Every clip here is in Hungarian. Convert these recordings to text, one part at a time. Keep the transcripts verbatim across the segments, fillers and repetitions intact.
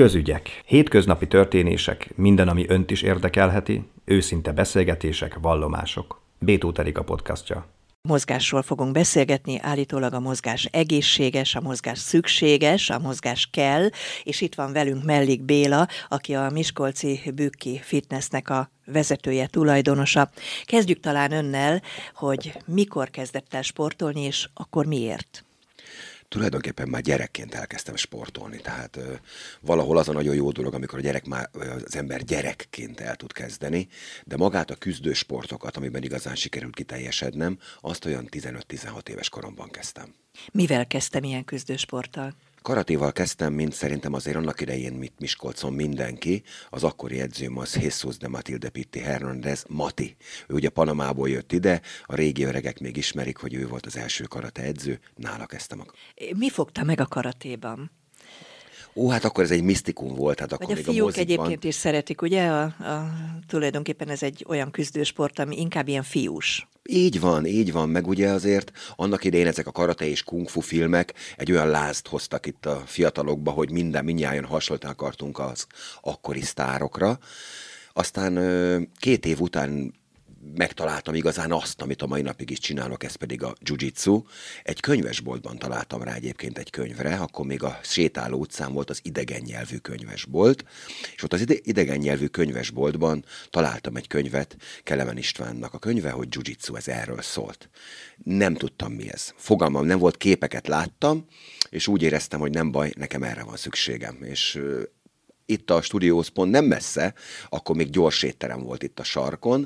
Közügyek. Hétköznapi történések, minden, ami önt is érdekelheti, őszinte beszélgetések, vallomások. Bétó Erika podcastja. Mozgásról fogunk beszélgetni, állítólag a mozgás egészséges, a mozgás szükséges, a mozgás kell, és itt van velünk Mellik Béla, aki a miskolci Bükki Fitnessnek a vezetője, tulajdonosa. Kezdjük talán önnel, hogy mikor kezdett el sportolni, és akkor miért? Tulajdonképpen már gyerekként elkezdtem sportolni, tehát ö, valahol az a nagyon jó dolog, amikor a gyerek már, az ember gyerekként el tud kezdeni, de magát a küzdő sportokat, amiben igazán sikerült kiteljesednem, azt olyan tizenöt-tizenhat éves koromban kezdtem. Mivel kezdtem ilyen küzdősporttal? Karatéval kezdtem, mint szerintem azért annak idején mit Miskolcon mindenki. Az akkori edzőm az Jesus de Matilde Pitti Hernández, Mati. Ő ugye Panamából jött ide, a régi öregek még ismerik, hogy ő volt az első karate edző, nála kezdtem. A... Mi fogta meg a karatéban? Ó, hát akkor ez egy misztikum volt. Hát akkor Vagy a még fiúk a mozikban... egyébként is szeretik, ugye? A, a, tulajdonképpen ez egy olyan küzdősport, ami inkább ilyen fiús. Így van, így van, meg ugye azért annak idején ezek a karate és kung fu filmek egy olyan lázt hoztak itt a fiatalokba, hogy minden, mindnyájan hasonlítani akartunk az akkori sztárokra. Aztán két év után megtaláltam igazán azt, amit a mai napig is csinálok, ez pedig a jiu-jitsu. Egy könyvesboltban találtam rá egyébként egy könyvre, akkor még a Sétáló utcán volt az idegen nyelvű könyvesbolt, és ott az idegen nyelvű könyvesboltban találtam egy könyvet, Kelemen Istvánnak a könyve, hogy jiu-jitsu, ez erről szólt. Nem tudtam, mi ez. Fogalmam nem volt, képeket láttam, és úgy éreztem, hogy nem baj, nekem erre van szükségem, és itt a stúdióhoz pont nem messze, akkor még gyors étterem volt itt a sarkon.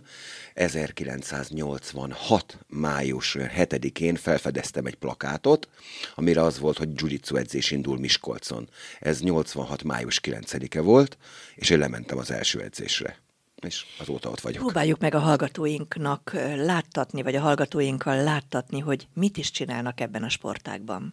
ezerkilencszáznyolcvanhat. május hetedikén felfedeztem egy plakátot, amire az volt, hogy jiu-jitsu edzés indul Miskolcon. Ez nyolcvanhat. május kilencedike volt, és én lementem az első edzésre. És azóta ott vagyok. Próbáljuk meg a hallgatóinknak láttatni, vagy a hallgatóinkkal láttatni, hogy mit is csinálnak ebben a sportágban.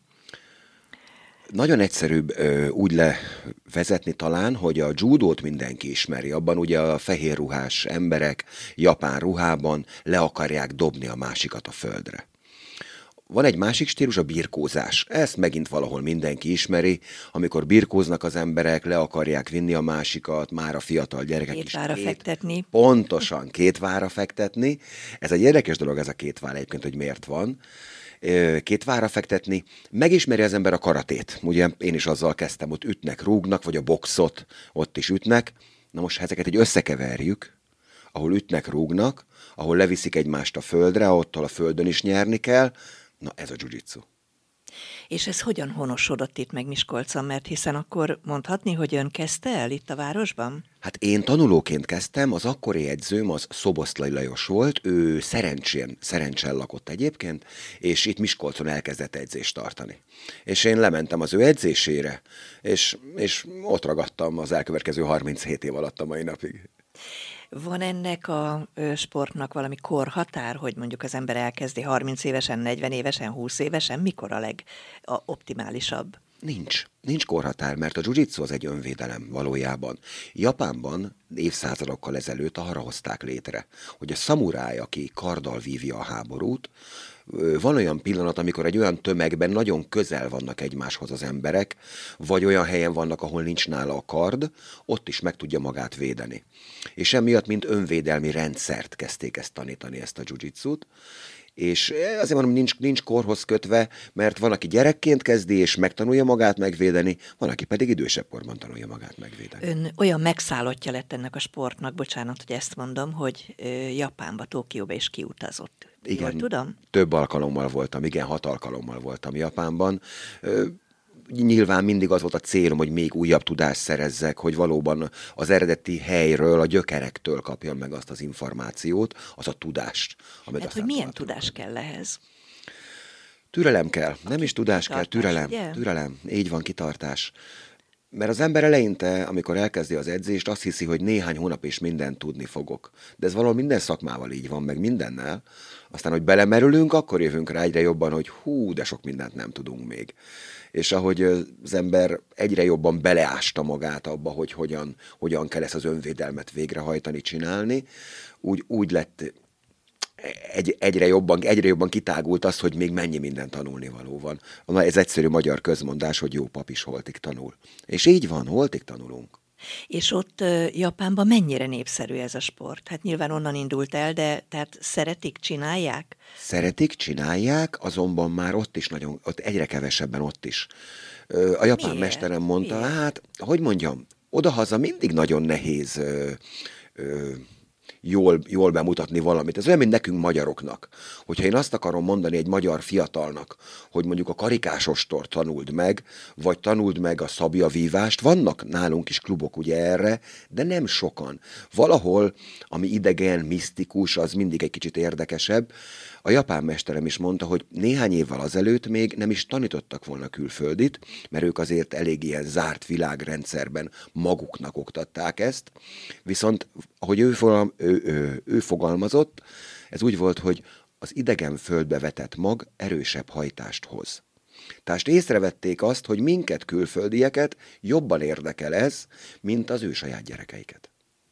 Nagyon egyszerűbb ö, úgy levezetni talán, hogy a judót mindenki ismeri. Abban ugye a fehér ruhás emberek japán ruhában le akarják dobni a másikat a földre. Van egy másik stílus, a birkózás. Ezt megint valahol mindenki ismeri, amikor birkóznak az emberek, le akarják vinni a másikat, már a fiatal gyerekek két is. Vára két vára fektetni. Pontosan, két vára fektetni. Ez egy érdekes dolog, ez a két vára egyébként, hogy miért van. Két vára fektetni. Megismeri az ember a karatét. Ugye én is azzal kezdtem, ott ütnek, rúgnak, vagy a boxot ott is ütnek. Na most, ha ezeket egy összekeverjük, ahol ütnek, rúgnak, ahol leviszik egymást a földre, ahol a földön is nyerni kell, na ez a jiu-jitsu. És ez hogyan honosodott itt meg Miskolcon? Mert hiszen akkor mondhatni, hogy ön kezdte el itt a városban? Hát én tanulóként kezdtem, az akkori edzőm az Szoboszlai Lajos volt, ő szerencsén, szerencsen lakott egyébként, és itt Miskolcon elkezdett edzést tartani. És én lementem az ő edzésére, és, és ott ragadtam az elkövetkező harminchét év alatt a mai napig. Van ennek a sportnak valami korhatár, hogy mondjuk az ember elkezdi harminc évesen, negyven évesen, húsz évesen? Mikor a legoptimálisabb? Nincs. Nincs korhatár, mert a jiu-jitsu az egy önvédelem valójában. Japánban évszázadokkal ezelőtt arra hozták létre, hogy a szamuráj, aki karddal vívja a háborút, van olyan pillanat, amikor egy olyan tömegben nagyon közel vannak egymáshoz az emberek, vagy olyan helyen vannak, ahol nincs nála a kard, ott is meg tudja magát védeni. És emiatt, mint önvédelmi rendszert kezdték ezt tanítani, ezt a jiu-jitsut, és azért mondom, nincs, nincs korhoz kötve, mert van, aki gyerekként kezdi, és megtanulja magát megvédeni, van, aki pedig idősebb korban tanulja magát megvédeni. Ön olyan megszállottja lett ennek a sportnak, bocsánat, hogy ezt mondom, hogy Japánba, Tokióba is kiutazott. Igen, jól tudom? Több alkalommal voltam, igen, hat alkalommal voltam Japánban. Nyilván mindig az volt a célom, hogy még újabb tudást szerezzek, hogy valóban az eredeti helyről, a gyökerektől kapjam meg azt az információt, az a tudást. Amit hát, hogy milyen tudás kell ehhez? Türelem kell, nem is tudás kell, türelem, ugye? türelem, így van, kitartás. Mert az ember eleinte, amikor elkezdi az edzést, azt hiszi, hogy néhány hónap és mindent tudni fogok. De ez valahol minden szakmával így van, meg mindennel. Aztán, hogy belemerülünk, akkor jövünk rá egyre jobban, hogy hú, de sok mindent nem tudunk még. És ahogy az ember egyre jobban beleásta magát abba, hogy hogyan, hogyan kell ezt az önvédelmet végrehajtani, csinálni, úgy, úgy lett egy, egyre, jobban, egyre jobban kitágult az, hogy még mennyi minden tanulnivaló van. Ez egyszerű magyar közmondás, hogy jó pap is holtig tanul. És így van, holtig tanulunk. És ott uh, Japánban mennyire népszerű ez a sport? Hát nyilván onnan indult el, de tehát szeretik, csinálják? Szeretik, csinálják, azonban már ott is nagyon, ott egyre kevesebben ott is. A japán Miért? mesterem mondta, Miért? hát, hogy mondjam, odahaza mindig nagyon nehéz ö, ö, jól, jól bemutatni valamit. Ez olyan, mint nekünk magyaroknak. Hogyha én azt akarom mondani egy magyar fiatalnak, hogy mondjuk a karikásostort tanuld meg, vagy tanuld meg a szabjavívást, vannak nálunk is klubok ugye erre, de nem sokan. Valahol, ami idegen, misztikus, az mindig egy kicsit érdekesebb. A japán mesterem is mondta, hogy néhány évvel azelőtt még nem is tanítottak volna külföldit, mert ők azért elég ilyen zárt világrendszerben maguknak oktatták ezt. Viszont, ahogy ő, fogal, ő, ő, ő fogalmazott, ez úgy volt, hogy az idegen földbe vetett mag erősebb hajtást hoz. Tehát észrevették azt, hogy minket, külföldieket jobban érdekel ez, mint az ő saját gyerekeiket.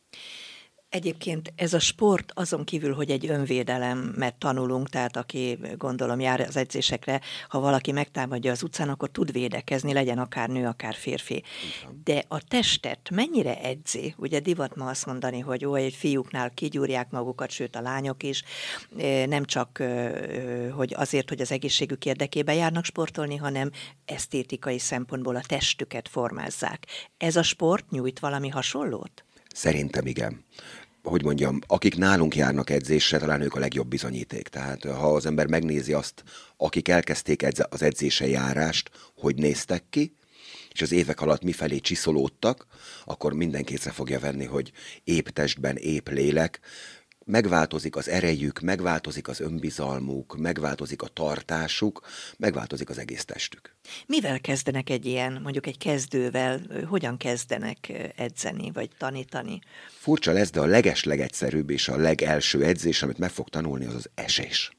Egyébként ez a sport azon kívül, hogy egy önvédelem, mert tanulunk, tehát aki gondolom jár az edzésekre, ha valaki megtámadja az utcán, akkor tud védekezni, legyen akár nő, akár férfi. De a testet mennyire edzi? Ugye divat ma azt mondani, hogy ó, egy fiúknál kigyúrják magukat, sőt a lányok is, nem csak hogy azért, hogy az egészségük érdekében járnak sportolni, hanem esztétikai szempontból a testüket formázzák. Ez a sport nyújt valami hasonlót? Szerintem igen. Hogy mondjam, akik nálunk járnak edzésre, talán ők a legjobb bizonyíték. Tehát ha az ember megnézi azt, akik elkezdték az edzése járást, hogy néztek ki, és az évek alatt mifelé csiszolódtak, akkor mindenki észre fogja venni, hogy épp testben, épp lélek, megváltozik az erejük, megváltozik az önbizalmuk, megváltozik a tartásuk, megváltozik az egész testük. Mivel kezdenek egy ilyen, mondjuk egy kezdővel, hogyan kezdenek edzeni, vagy tanítani? Furcsa lesz, de a leges-legegyszerűbb és a legelső edzés, amit meg fog tanulni, az az esés.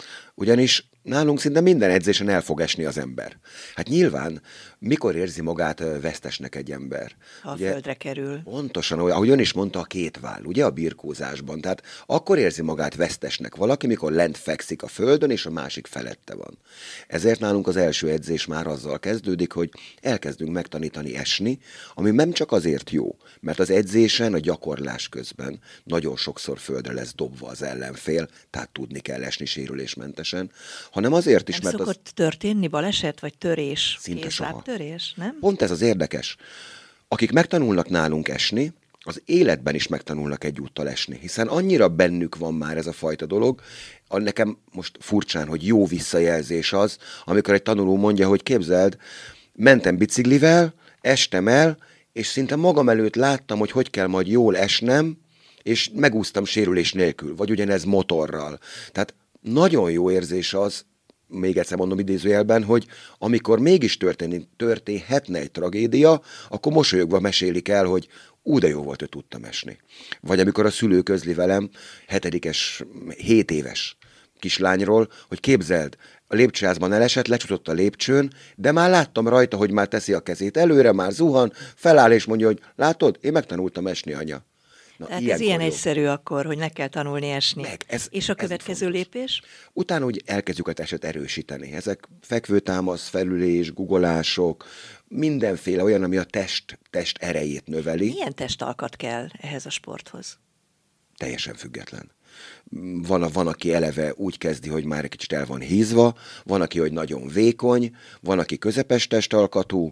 Ugyanis nálunk szinte minden edzésen el fog esni az ember. Hát nyilván, mikor érzi magát vesztesnek egy ember? Ha ugye, a földre kerül. Pontosan, ahogy ön is mondta, a két váll, ugye a birkózásban. Tehát akkor érzi magát vesztesnek valaki, mikor lent fekszik a földön, és a másik felette van. Ezért nálunk az első edzés már azzal kezdődik, hogy elkezdünk megtanítani esni, ami nem csak azért jó, mert az edzésen, a gyakorlás közben nagyon sokszor földre lesz dobva az ellenfél, tehát tudni kell esni sérülésmentesen, hanem azért is, nem mert szokott az... történni baleset, vagy törés? Szinte soha. Kézlábtörés, nem? Pont ez az érdekes. Akik megtanulnak nálunk esni, az életben is megtanulnak egyúttal esni, hiszen annyira bennük van már ez a fajta dolog. Nekem most furcsán, hogy jó visszajelzés az, amikor egy tanuló mondja, hogy képzeld, mentem biciklivel, estem el, és szinte magam előtt láttam, hogy hogy kell majd jól esnem, és megúsztam sérülés nélkül, vagy ugyanez motorral. Tehát nagyon jó érzés az, még egyszer mondom idézőjelben, hogy amikor mégis történik, történhetne egy tragédia, akkor mosolyogva mesélik el, hogy ú, de jó volt, hogy tudtam esni. Vagy amikor a szülő közli velem, hetedikes, hét éves kislányról, hogy képzeld, a lépcsőházban elesett, lecsutott a lépcsőn, de már láttam rajta, hogy már teszi a kezét előre, már zuhan, feláll és mondja, hogy látod, én megtanultam esni, anya. Na, tehát ez ilyen egyszerű akkor, hogy meg kell tanulni esni. Meg, ez, és a következő lépés? Utána úgy elkezdjük a testet erősíteni. Ezek fekvőtámasz, felülés, guggolások, mindenféle olyan, ami a test, test erejét növeli. Milyen testalkat kell ehhez a sporthoz? Teljesen független. Van, van, aki eleve úgy kezdi, hogy már egy kicsit el van hízva, van, aki, hogy nagyon vékony, van, aki közepes testalkatú.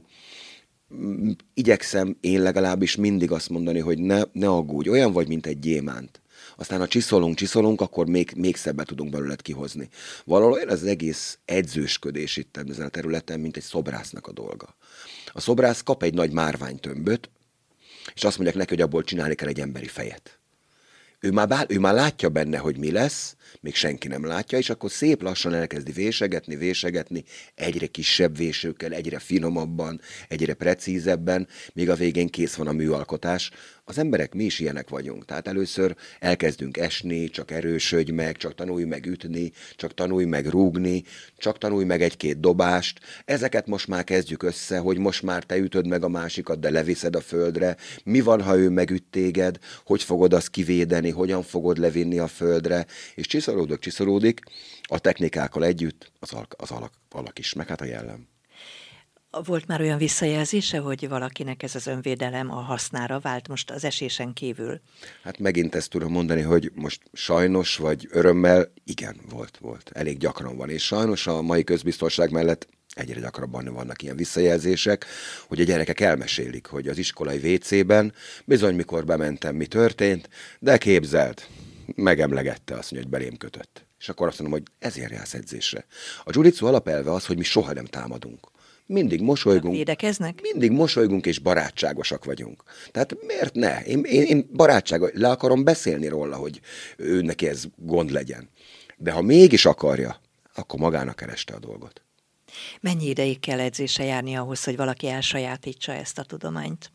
Igyekszem én legalábbis mindig azt mondani, hogy ne, ne aggódj, olyan vagy, mint egy gyémánt. Aztán ha csiszolunk, csiszolunk, akkor még, még szebbet tudunk belőled kihozni. Valahol olyan az egész edzősködés itt ezen a területen, mint egy szobrásznak a dolga. A szobrász kap egy nagy márványtömböt, és azt mondják neki, hogy abból csinálni kell egy emberi fejet. Ő már, bár, ő már látja benne, hogy mi lesz, még senki nem látja, és akkor szép lassan elkezdi vésegetni, vésegetni, egyre kisebb vésőkkel, egyre finomabban, egyre precízebben, míg a végén kész van a műalkotás, Az emberek, mi is ilyenek vagyunk. Tehát először elkezdünk esni, csak erősödj meg, csak tanulj meg ütni, csak tanulj meg rúgni, csak tanulj meg egy-két dobást. Ezeket most már kezdjük össze, hogy most már te ütöd meg a másikat, de leviszed a földre. Mi van, ha ő megüt téged? Hogy fogod azt kivédeni? Hogyan fogod levinni a földre? És csiszolódik, csiszolódik a technikákkal együtt az, alak, az alak, alak is, meg hát a jellem. Volt már olyan visszajelzése, hogy valakinek ez az önvédelem a hasznára vált most az esésen kívül? Hát megint ezt tudom mondani, hogy most sajnos vagy örömmel, igen, volt, volt. Elég gyakran van. És sajnos a mai közbiztonság mellett egyre gyakrabban vannak ilyen visszajelzések, hogy a gyerekek elmesélik, hogy az iskolai vécében bizony mikor bementem, mi történt, de képzeld, megemlegette, azt mondja, hogy belém kötött. És akkor azt mondom, hogy ezért jársz edzésre. A jiu-jitsu alapelve az, hogy mi soha nem támadunk. Mindig mosolygunk. Védekeznek? Mindig mosolygunk és barátságosak vagyunk. Tehát miért ne? Én, én, én barátságos, le akarom beszélni róla, hogy ő neki ez gond legyen. De ha mégis akarja, akkor magának kereste a dolgot. Mennyi ideig kell edzésre járni ahhoz, hogy valaki elsajátítsa ezt a tudományt?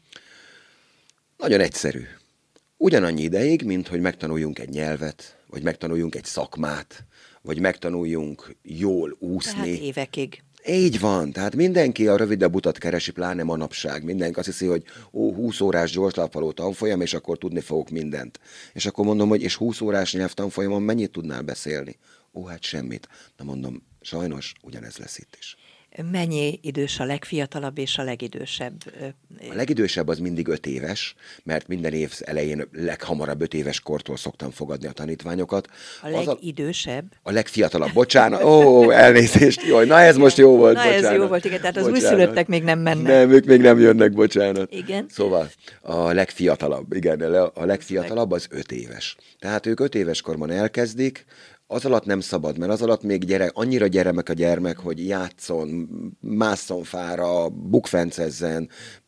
Nagyon egyszerű. Ugyanannyi ideig, mint hogy megtanuljunk egy nyelvet, vagy megtanuljunk egy szakmát, vagy megtanuljunk jól úszni. Tehát évekig. Így van, tehát mindenki a rövidebb utat keresi, pláne manapság. Mindenki azt hiszi, hogy ó, húsz órás gyorslapvaló tanfolyam, és akkor tudni fogok mindent. És akkor mondom, hogy és húsz órás nyelvtanfolyamon mennyit tudnál beszélni? Ó, hát semmit. Na mondom, sajnos ugyanez lesz itt is. Mennyi idős a legfiatalabb és a legidősebb? A legidősebb az mindig öt éves, mert minden év elején leghamarabb öt éves kortól szoktam fogadni a tanítványokat. A legidősebb? A, a legfiatalabb, bocsánat, ó, elnézést, jaj, na ez most jó volt, na bocsánat. ez jó volt, igen, tehát az újszülöttek még nem mennek. Nem, ők még nem jönnek, bocsánat. Igen. Szóval a legfiatalabb, igen, a legfiatalabb az öt éves. Tehát ők öt éves korban elkezdik, az alatt nem szabad, mert az alatt még gyere, annyira gyermek a gyermek, hogy játszon, másszon fára, bukfencezzen,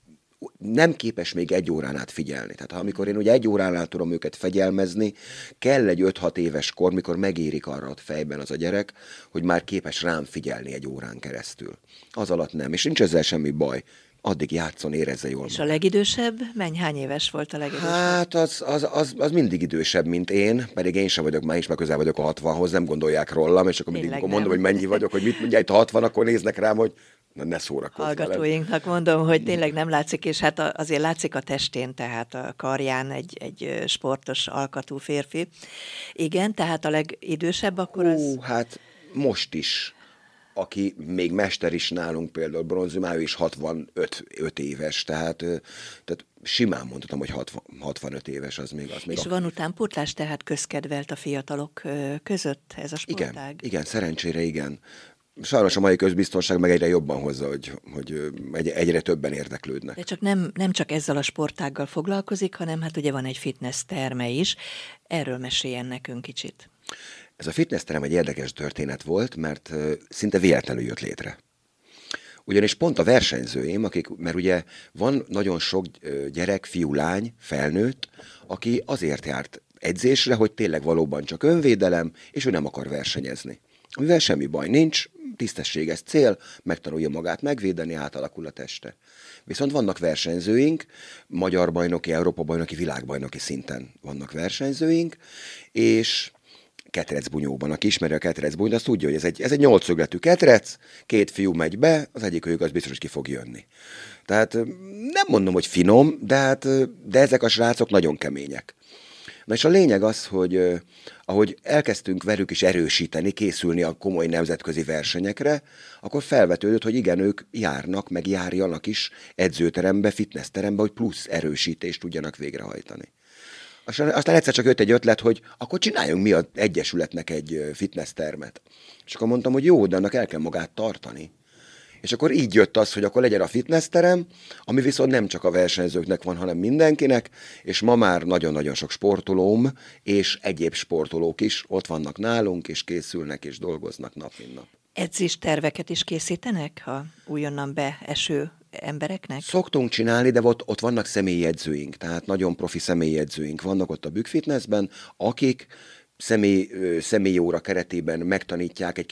nem képes még egy órán át figyelni. Tehát amikor én ugye egy órán át tudom őket fegyelmezni, kell egy öt-hat éves kor, mikor megérik arra a fejben az a gyerek, hogy már képes rám figyelni egy órán keresztül. Az alatt nem, és nincs ezzel semmi baj. Addig játszon, érezze jól. És a legidősebb? Menj, hány éves volt a legidősebb? Hát az, az, az, az mindig idősebb, mint én, pedig én sem vagyok, már is már közel vagyok a hatvanhoz, nem gondolják rólam, és akkor mindig mondom, hogy mennyi vagyok, hogy mit mondja, itt a hatvan, akkor néznek rám, hogy na, ne szórakozz. Hallgatóinknak mondom, hogy tényleg nem látszik, és hát azért látszik a testén, tehát a karján egy, egy sportos alkatú férfi. Igen, tehát a legidősebb akkor az... Ó, hát most is. Aki még mester is nálunk, például bronzumá, ő is hatvanöt öt éves, tehát, tehát simán mondhatom, hogy hatvan, hatvanöt éves az még. Az még és a... van utánpótlás, tehát közkedvelt a fiatalok között ez a sportág? Igen, igen, szerencsére igen. Sajnos a mai közbiztonság meg egyre jobban hozza, hogy, hogy egyre többen érdeklődnek. De csak nem, nem csak ezzel a sportággal foglalkozik, hanem hát ugye van egy fitness terme is. Erről meséljen nekünk kicsit. Ez a fitnessterem egy érdekes történet volt, mert uh, szinte véletlenül jött létre. Ugyanis pont a versenyzőim, akik, mert ugye van nagyon sok uh, gyerek, fiú, lány, felnőtt, aki azért járt edzésre, hogy tényleg valóban csak önvédelem, és ő nem akar versenyezni. Amivel semmi baj nincs, tisztességes cél, megtanulja magát megvédeni, átalakul a teste. Viszont vannak versenyzőink, magyar bajnoki, Európa bajnoki, világbajnoki szinten vannak versenyzőink, és ketrecbunyóban, aki ismeri a ketrecbunyt, azt tudja, hogy ez egy, ez egy nyolcszögletű ketrec, két fiú megy be, az egyik őjük az biztos, hogy ki fog jönni. Tehát nem mondom, hogy finom, de, hát, de ezek a srácok nagyon kemények. Na és a lényeg az, hogy eh, ahogy elkezdtünk velük is erősíteni, készülni a komoly nemzetközi versenyekre, akkor felvetődött, hogy igen, ők járnak, meg járjanak is edzőterembe, fitnessterembe, hogy plusz erősítést tudjanak végrehajtani. Aztán egyszer csak jött egy ötlet, hogy akkor csináljunk mi az egyesületnek egy fitnesstermet. És akkor mondtam, hogy jó, de annak el kell magát tartani. És akkor így jött az, hogy akkor legyen a fitnessterem, ami viszont nem csak a versenyzőknek van, hanem mindenkinek, és ma már nagyon-nagyon sok sportolóm és egyéb sportolók is ott vannak nálunk, és készülnek, és dolgoznak nap, mint nap. Edzés terveket is készítenek a újonnan beeső embereknek? Szoktunk csinálni, de ott, ott vannak személyi edzőink, tehát nagyon profi személyi edzőink vannak ott a Bükk Fitnessben, akik személy, személyi óra keretében megtanítják egy kicsit,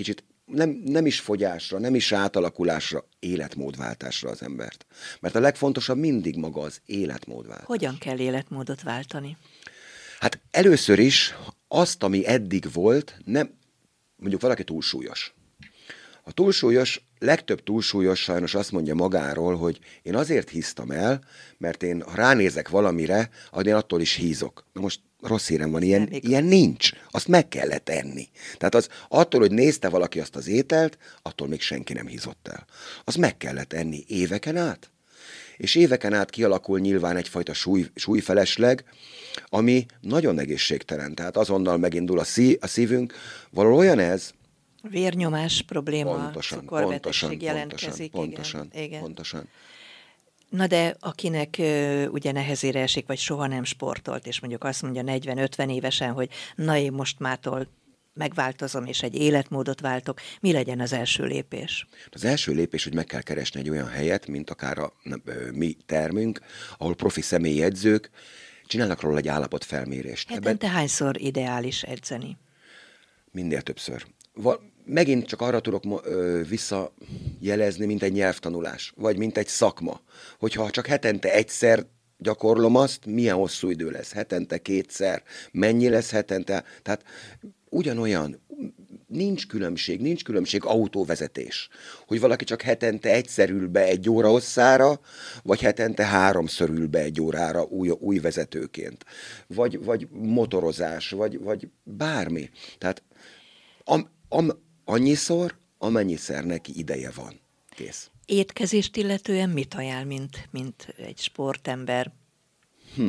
nem, nem is fogyásra, nem is átalakulásra, életmódváltásra az embert. Mert a legfontosabb mindig maga az életmódváltás. Hogyan kell életmódot váltani? Hát először is azt, ami eddig volt, nem, mondjuk valaki túlsúlyos. A túlsúlyos, legtöbb túlsúlyos sajnos azt mondja magáról, hogy én azért híztam el, mert én, ha ránézek valamire, akkor én attól is hízok. Na most rossz hírem van, ilyen, ilyen nincs. Azt meg kellett enni. Tehát az, attól, hogy nézte valaki azt az ételt, attól még senki nem hízott el. Azt meg kellett enni éveken át. És éveken át kialakul nyilván egyfajta súly, súlyfelesleg, ami nagyon egészségtelen. Tehát azonnal megindul a, szí, a szívünk. Valahol olyan ez, vérnyomás probléma, pontosan, cukorbetegség pontosan, jelentkezik. Pontosan, igen, igen. pontosan. Na de akinek ö, ugye nehezére esik, vagy soha nem sportolt, és mondjuk azt mondja negyven-ötven évesen, hogy na én most mától megváltozom, és egy életmódot váltok, mi legyen az első lépés? Az első lépés, hogy meg kell keresni egy olyan helyet, mint akár a nem, ö, mi termünk, ahol profi személyi edzők csinálnak róla egy állapotfelmérést. Hetente Ebben... hányszor ideális edzeni? Minél többször. Val- megint csak arra tudok ö, visszajelezni, mint egy nyelvtanulás, vagy mint egy szakma. Hogyha csak hetente egyszer gyakorlom azt, milyen hosszú idő lesz? Hetente kétszer? Mennyi lesz hetente? Tehát ugyanolyan, nincs különbség, nincs különbség autóvezetés. Hogy valaki csak hetente egyszer ül be egy óra hosszára, vagy hetente háromszor ül be egy órára új, új vezetőként. Vagy, vagy motorozás, vagy, vagy bármi. Tehát am, am, annyiszor, amennyiszer neki ideje van. Kész. Étkezést illetően mit ajánl, mint, mint egy sportember? Hm.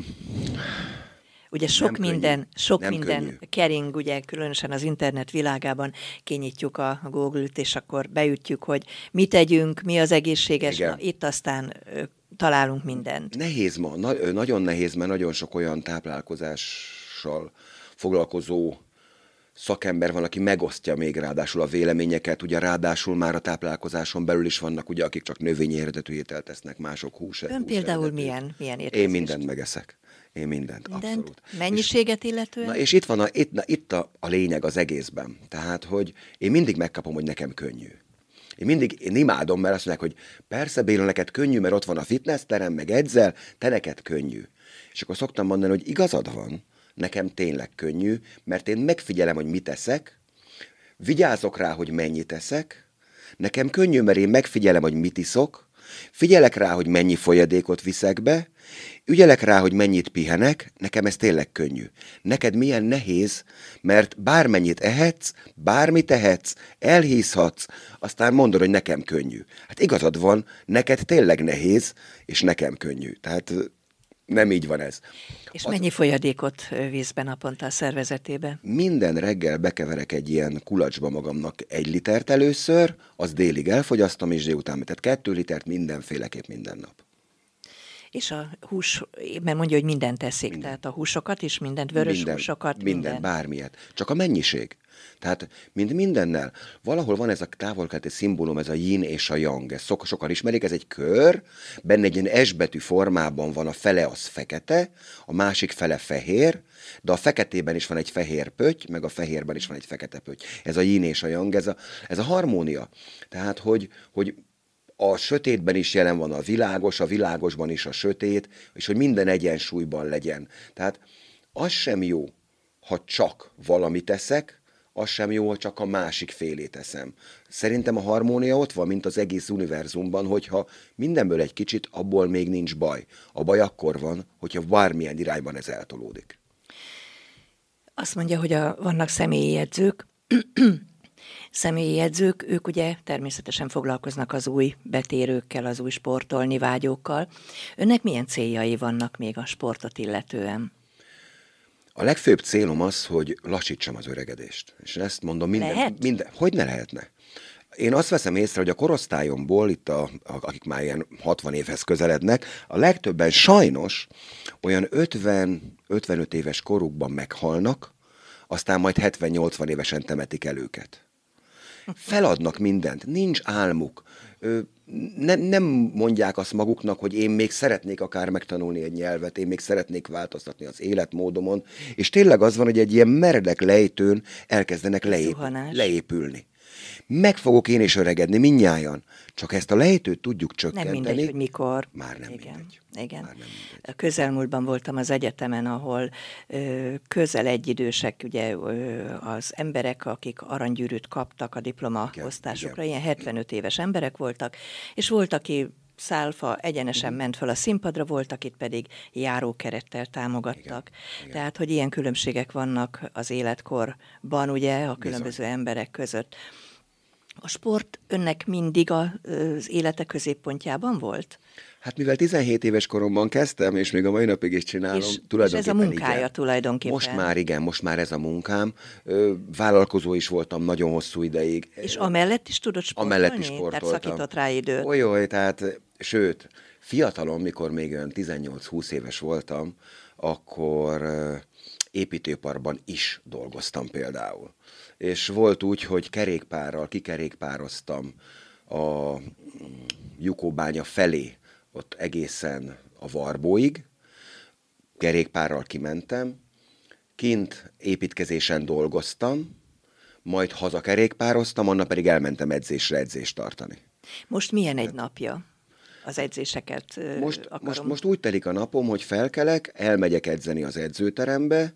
Ugye sok Nem minden, könnyű. sok Nem minden könnyű. kering, ugye különösen az internet világában, kinyitjuk a Google-t, és akkor beütjük, hogy mit tegyünk, mi az egészséges. Na, itt aztán ö, találunk mindent. Nehéz ma, na, nagyon nehéz, mert nagyon sok olyan táplálkozással foglalkozó szakember van, aki megosztja még ráadásul a véleményeket, ugye ráadásul már a táplálkozáson belül is vannak, ugye, akik csak növényi eredetű ételt esznek, mások hús. Ön hús például eredetű. milyen, milyen étkezést? Én mindent megeszek. Én mindent, mindent? abszolút. Mennyiséget illetően? Na és itt van a, itt, na, itt a, a lényeg az egészben. Tehát, hogy én mindig megkapom, hogy nekem könnyű. Én mindig, én imádom, mert azt mondják, hogy persze Béla, neked könnyű, mert ott van a fitnessterem, meg edzel, te neked könnyű. És akkor szoktam mondani, hogy igazad van, nekem tényleg könnyű, mert én megfigyelem, hogy mit eszek, vigyázok rá, hogy mennyit eszek, nekem könnyű, mert én megfigyelem, hogy mit iszok, figyelek rá, hogy mennyi folyadékot viszek be, ügyelek rá, hogy mennyit pihenek, nekem ez tényleg könnyű. Neked milyen nehéz, mert bármennyit ehetsz, bármit tehetsz, elhízhatsz, aztán mondod, hogy nekem könnyű. Hát igazad van, neked tényleg nehéz, és nekem könnyű. Tehát nem így van ez. És Az... mennyi folyadékot visz be naponta a szervezetébe? Minden reggel bekeverek egy ilyen kulacsba magamnak egy litert először, az délig elfogyasztom, és délután, tehát kettő litert mindenféleképp minden nap. És a hús, mert mondja, hogy mindent teszik, Minden. Tehát a húsokat is, mindent, vörös minden, húsokat, minden, minden. bármilyet. Csak a mennyiség. Tehát, mint mindennel, valahol van ez a távol-keleti szimbólum, ez a yin és a yang. Ezt sok, sokan ismerik, ez egy kör, benne egy ilyen S betű formában van, a fele az fekete, a másik fele fehér, de a feketében is van egy fehér pötty, meg a fehérben is van egy fekete pötty. Ez a yin és a yang, ez a, ez a harmónia. Tehát, hogy, hogy a sötétben is jelen van a világos, a világosban is a sötét, és hogy minden egyensúlyban legyen. Tehát az sem jó, ha csak valamit teszek, az sem jó, ha csak a másik félét eszem. Szerintem a harmónia ott van, mint az egész univerzumban, hogyha mindenből egy kicsit, abból még nincs baj. A baj akkor van, hogyha bármilyen irányban ez eltolódik. Azt mondja, hogy a, vannak személyi edzők, személyi edzők, ők ugye természetesen foglalkoznak az új betérőkkel, az új sportolni vágyókkal. Önnek milyen céljai vannak még a sportot illetően? A legfőbb célom az, hogy lassítsam az öregedést. És ezt mondom minden... Lehet? minden hogy ne lehetne? Én azt veszem észre, hogy a korosztályomból, itt a, a, akik már ilyen hatvan évhez közelednek, a legtöbben sajnos olyan ötven-ötvenöt éves korukban meghalnak, aztán majd hetven-nyolcvan évesen temetik el őket. Feladnak mindent, nincs álmuk. Ne, nem mondják azt maguknak, hogy én még szeretnék akár megtanulni egy nyelvet, én még szeretnék változtatni az életmódomon, és tényleg az van, hogy egy ilyen meredek lejtőn elkezdenek leép, leépülni. Meg fogok én is öregedni, mindnyájan. Csak ezt a lejtőt tudjuk csökkenteni. Nem mindegy, hogy mikor. Már nem Igen. mindegy. Igen. Már nem mindegy. A közelmúltban voltam az egyetemen, ahol ö, közel egyidősek, ugye ö, az emberek, akik aranygyűrűt kaptak a diplomaosztásokra, ilyen hetvenöt éves emberek voltak, és volt, aki szálfa egyenesen uh-huh. ment fel a színpadra, volt, akit pedig járókerettel támogattak. Igen, igen. Tehát, hogy ilyen különbségek vannak az életkorban, ugye, a különböző Bizony. emberek között. A sport önnek mindig a, az élete középpontjában volt? Hát mivel tizenhét éves koromban kezdtem, és még a mai napig is csinálom, és, tulajdonképpen és ez a munkája igen. tulajdonképpen. Most már igen, most már ez a munkám. Ö, vállalkozó is voltam nagyon hosszú ideig. És amellett is tudod sportolni? Amellett is sportoltam. Tehát szakított rá időt? Olyoj, tehát, sőt, fiatalon, mikor még olyan tizennyolc-húsz éves voltam, akkor ö, építőiparban is dolgoztam például. És volt úgy, hogy kerékpárral kikerékpároztam a Jukóbánya felé, ott egészen a Varbóig, kerékpárral kimentem, kint építkezésen dolgoztam, majd haza kerékpároztam, annak pedig elmentem edzésre edzést tartani. Most milyen egy napja? Az edzéseket most, akarom. Most, most úgy telik a napom, hogy felkelek, elmegyek edzeni az edzőterembe,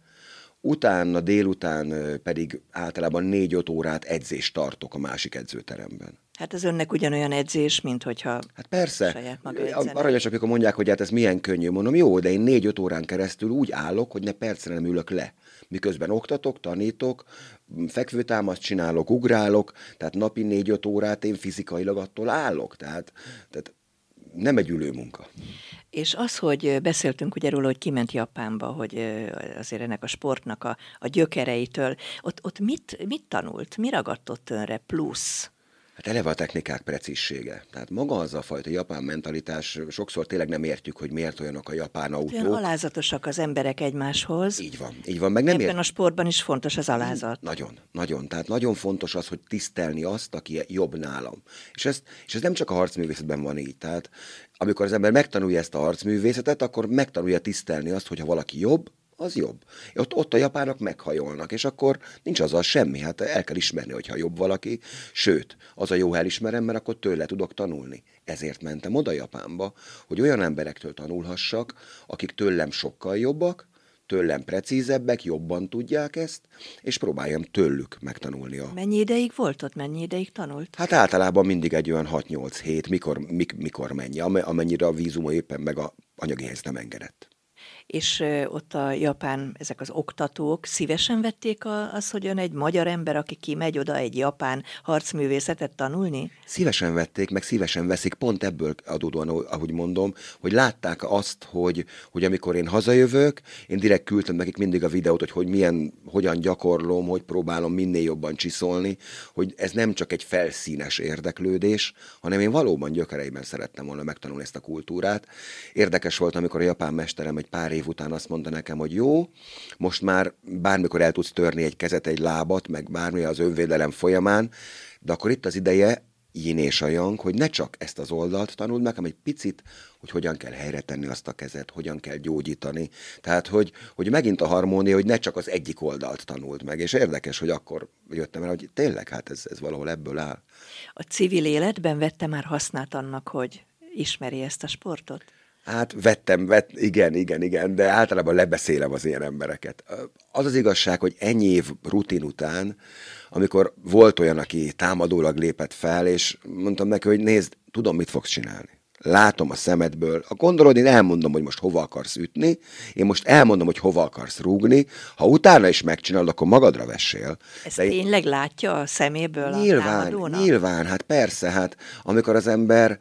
utána délután pedig általában négy-öt órát edzést tartok a másik edzőteremben. Hát ez önnek ugyanolyan edzés, mint hogyha hát persze. saját maga edzene. Aranyosak, amikor mondják, hogy hát ez milyen könnyű, mondom, jó, de én négy-öt órán keresztül úgy állok, hogy ne percre nem ülök le. Miközben oktatok, tanítok, fekvőtámaszt csinálok, ugrálok, tehát napi négy-öt órát én fizikailag attól állok. Tehát, tehát nem egy ülő munka. És az, hogy beszéltünk ugye róla, hogy kiment Japánba, hogy azért ennek a sportnak a, a gyökereitől, ott, ott mit, mit tanult? Mi ragadt ott önre plusz? Hát eleve a technikák precízsége. Tehát maga az a fajta japán mentalitás, sokszor tényleg nem értjük, hogy miért olyanok a japán autók. Olyan alázatosak az emberek egymáshoz. Így van, így van. Meg nem Ebben ért... a sportban is fontos az alázat. Nagyon, nagyon. Tehát nagyon fontos az, hogy tisztelni azt, aki jobb nálam. És ez, és ez nem csak a harcművészetben van így. Tehát amikor az ember megtanulja ezt a harcművészetet, akkor megtanulja tisztelni azt, hogy ha valaki jobb, az jobb. Ott, ott a japánok meghajolnak, és akkor nincs azzal semmi. Hát el kell ismerni, hogyha jobb valaki. Sőt, az a jó, ha elismerem, mert akkor tőle tudok tanulni. Ezért mentem oda Japánba, hogy olyan emberektől tanulhassak, akik tőlem sokkal jobbak, tőlem precízebbek, jobban tudják ezt, és próbáljam tőlük megtanulni. A... Mennyi ideig volt ott? Mennyi ideig tanult? Hát általában mindig egy olyan hat-nyolc hét, mikor, mik, mikor mennyi, amennyire a vízuma éppen meg a anyagi helyzet nem engedett. És ott a japán, ezek az oktatók szívesen vették az, hogy ön egy magyar ember, aki kimegy oda egy japán harcművészetet tanulni? Szívesen vették, meg szívesen veszik, pont ebből adódóan, ahogy mondom, hogy látták azt, hogy, hogy amikor én hazajövök, én direkt küldtem nekik mindig a videót, hogy, hogy milyen, hogyan gyakorlom, hogy próbálom minél jobban csiszolni, hogy ez nem csak egy felszínes érdeklődés, hanem én valóban gyökereiben szerettem volna megtanulni ezt a kultúrát. Érdekes volt, amikor a japán mesterem egy pár év után azt mondta nekem, hogy jó, most már bármikor el tudsz törni egy kezet, egy lábat, meg bármi az önvédelem folyamán, de akkor itt az ideje, yin és a yang, hogy ne csak ezt az oldalt tanuld meg, hanem egy picit, hogy hogyan kell helyre tenni azt a kezet, hogyan kell gyógyítani. Tehát, hogy, hogy megint a harmónia, hogy ne csak az egyik oldalt tanuld meg. És érdekes, hogy akkor jöttem el, hogy tényleg, hát ez, ez valahol ebből áll. A civil életben vette már hasznát annak, hogy ismeri ezt a sportot? Hát vettem, vett, igen, igen, igen, de általában lebeszélem az ilyen embereket. Az az igazság, hogy ennyi év rutin után, amikor volt olyan, aki támadólag lépett fel, és mondtam neki, hogy nézd, tudom, mit fogsz csinálni. Látom a szemedből. A gondolod, én elmondom, hogy most hova akarsz ütni, én most elmondom, hogy hova akarsz rúgni, ha utána is megcsinálod, akkor magadra vessél. Ezt de tényleg látja a szeméből nyilván, a támadónak? Nyilván, hát persze, hát amikor az ember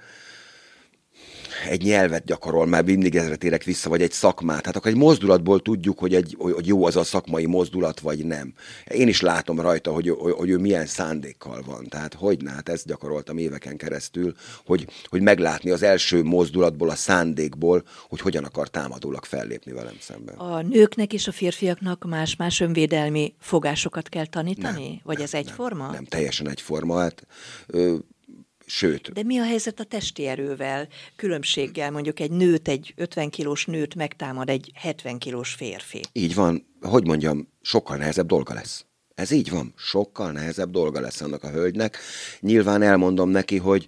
egy nyelvet gyakorol, már mindig ezre térek vissza, vagy egy szakmát. Hát akkor egy mozdulatból tudjuk, hogy, egy, hogy jó az a szakmai mozdulat, vagy nem. Én is látom rajta, hogy, hogy, hogy ő milyen szándékkal van. Tehát hogyne, hát ezt gyakoroltam éveken keresztül, hogy, hogy meglátni az első mozdulatból, a szándékból, hogy hogyan akar támadólag fellépni velem szemben. A nőknek és a férfiaknak más-más önvédelmi fogásokat kell tanítani? Nem, vagy nem, ez egyforma? Nem, nem, teljesen egyforma. Hát, ö, Sőt. De mi a helyzet a testi erővel, különbséggel? Mondjuk egy nőt, egy ötven kilós nőt megtámad egy hetven kilós férfi. Így van, hogy mondjam, sokkal nehezebb dolga lesz. Ez így van. Sokkal nehezebb dolga lesz annak a hölgynek. Nyilván elmondom neki, hogy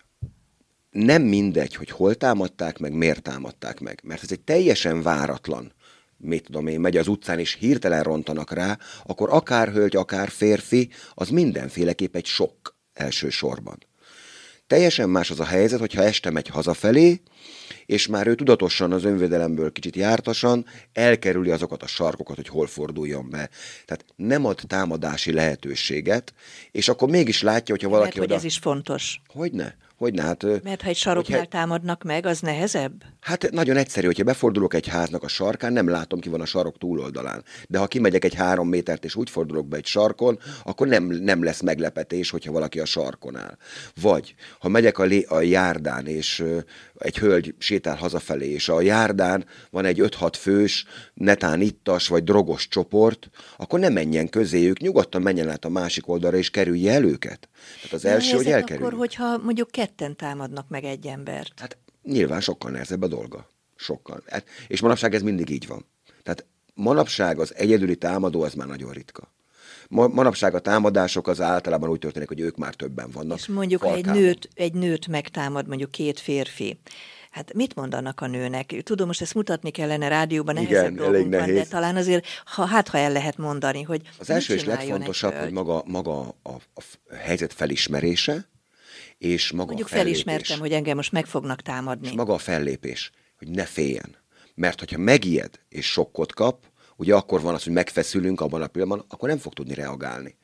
nem mindegy, hogy hol támadták meg, miért támadták meg. Mert ez egy teljesen váratlan, mit tudom én, megy az utcán, és hirtelen rontanak rá, akkor akár hölgy, akár férfi, az mindenféleképp egy sok elsősorban. Teljesen más az a helyzet, hogyha este megy hazafelé, és már ő tudatosan az önvédelemből kicsit jártasan elkerüli azokat a sarkokat, hogy hol forduljon be. Tehát nem ad támadási lehetőséget, és akkor mégis látja, hogyha valaki Mert hogy oda... ez is fontos. Hogyne? Hogyne? Hát, Mert ha egy saroknál hogyha... támadnak meg, az nehezebb? Hát nagyon egyszerű, hogyha befordulok egy háznak a sarkán, nem látom, ki van a sarok túloldalán. De ha kimegyek egy három métert, és úgy fordulok be egy sarkon, akkor nem, nem lesz meglepetés, hogyha valaki a sarkon áll. Vagy, ha megyek a, lé, a járdán, és ö, egy hölgy sétál hazafelé, és a járdán van egy öt-hat fős, netán ittas, vagy drogos csoport, akkor ne menjen közéjük, nyugodtan menjen át a másik oldalra, és kerülje el őket. Tehát az első, hogy elkerüljük. Akkor, hogyha mondjuk ketten támadnak meg egy embert. Hát nyilván sokkal nehezebb a dolga. Sokkal. Hát, és manapság ez mindig így van. Tehát manapság az egyedüli támadó az már nagyon ritka. Ma, manapság a támadások az általában úgy történik, hogy ők már többen vannak. És mondjuk, ha egy falkában. nőt, egy nőt megtámad, mondjuk két férfi, hát mit mondanak a nőnek? Tudom, most ezt mutatni kellene rádióban, nehezebb Igen, dolgunk elég van, de nehéz. talán azért, ha, hát ha el lehet mondani, hogy Az mit első és csináljon egy legfontosabb, hogy hölgy? maga, maga a, a helyzet felismerése, és maga Mondjuk a fellépés. felismertem, hogy engem most meg fognak támadni. És maga a fellépés, hogy ne féljen. Mert hogyha megijed és sokkot kap, ugye akkor van az, hogy megfeszülünk abban a pillanatban, akkor nem fog tudni reagálni.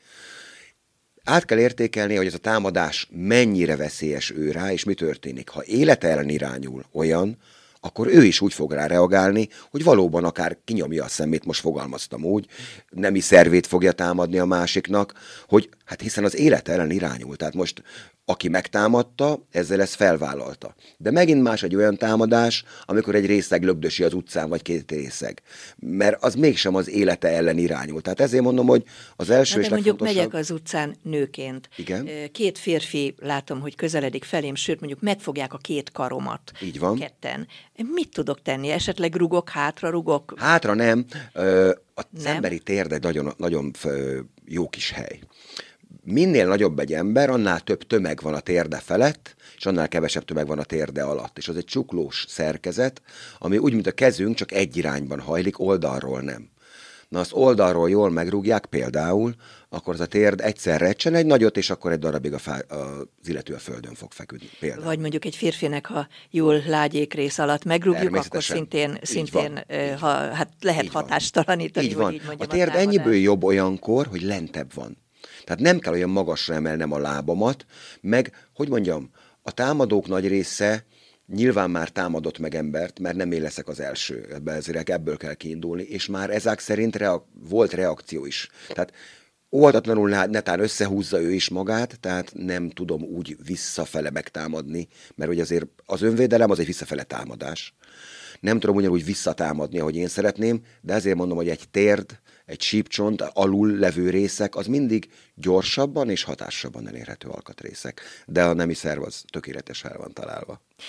Át kell értékelni, hogy ez a támadás mennyire veszélyes ő rá, és mi történik. Ha élete ellen irányul olyan, akkor ő is úgy fog rá reagálni, hogy valóban akár kinyomja a szemét, most fogalmaztam úgy, nemi szervét fogja támadni a másiknak, hogy hát hiszen az élet ellen irányul. Tehát most aki megtámadta, ezzel ezt felvállalta. De megint más egy olyan támadás, amikor egy részeg lögdösi az utcán, vagy két részeg. Mert az mégsem az élete ellen irányul. Tehát ezért mondom, hogy az első Na, és de mondjuk legfontosabb... megyek az utcán nőként. Igen. Két férfi látom, hogy közeledik felém, sőt, mondjuk megfogják a két karomat. Így van. Ketten. Mit tudok tenni? Esetleg rugok, hátra rugok? Hátra nem. Ö, Az Nem? emberi térd egy nagyon, nagyon ö, jó kis hely. Minél nagyobb egy ember, annál több tömeg van a térde felett, és annál kevesebb tömeg van a térde alatt. És az egy csuklós szerkezet, ami úgy, mint a kezünk, csak egy irányban hajlik, oldalról nem. Na, azt oldalról jól megrúgják például, akkor az a térd egyszer recsen egy nagyot, és akkor egy darabig a fá- az illető a földön fog feküdni. Például. Vagy mondjuk egy férfinek, ha jól lágyék rész alatt megrúgjuk, akkor Természetesen. szintén, Így szintén van. ö, Így ha, hát lehet Így van. hatástalanítani, Így hogy van. így mondjam, A térd támadást. ennyiből jobb olyankor, hogy lentebb van. Tehát nem kell olyan magasra emelnem a lábamat, meg, hogy mondjam, a támadók nagy része nyilván már támadott meg embert, mert nem én leszek az első, ebbe ezért ebből kell kiindulni, és már ezek szerint rea- volt reakció is. Tehát óvatatlanul netán összehúzza ő is magát, tehát nem tudom úgy visszafele megtámadni, mert ugye azért az önvédelem az egy visszafele támadás. Nem tudom ugyanúgy visszatámadni, ahogy én szeretném, de ezért mondom, hogy egy térd, egy sípcsont, alul levő részek, az mindig gyorsabban és hatásosabban elérhető alkatrészek. De a nemi szerv az tökéletes el van találva.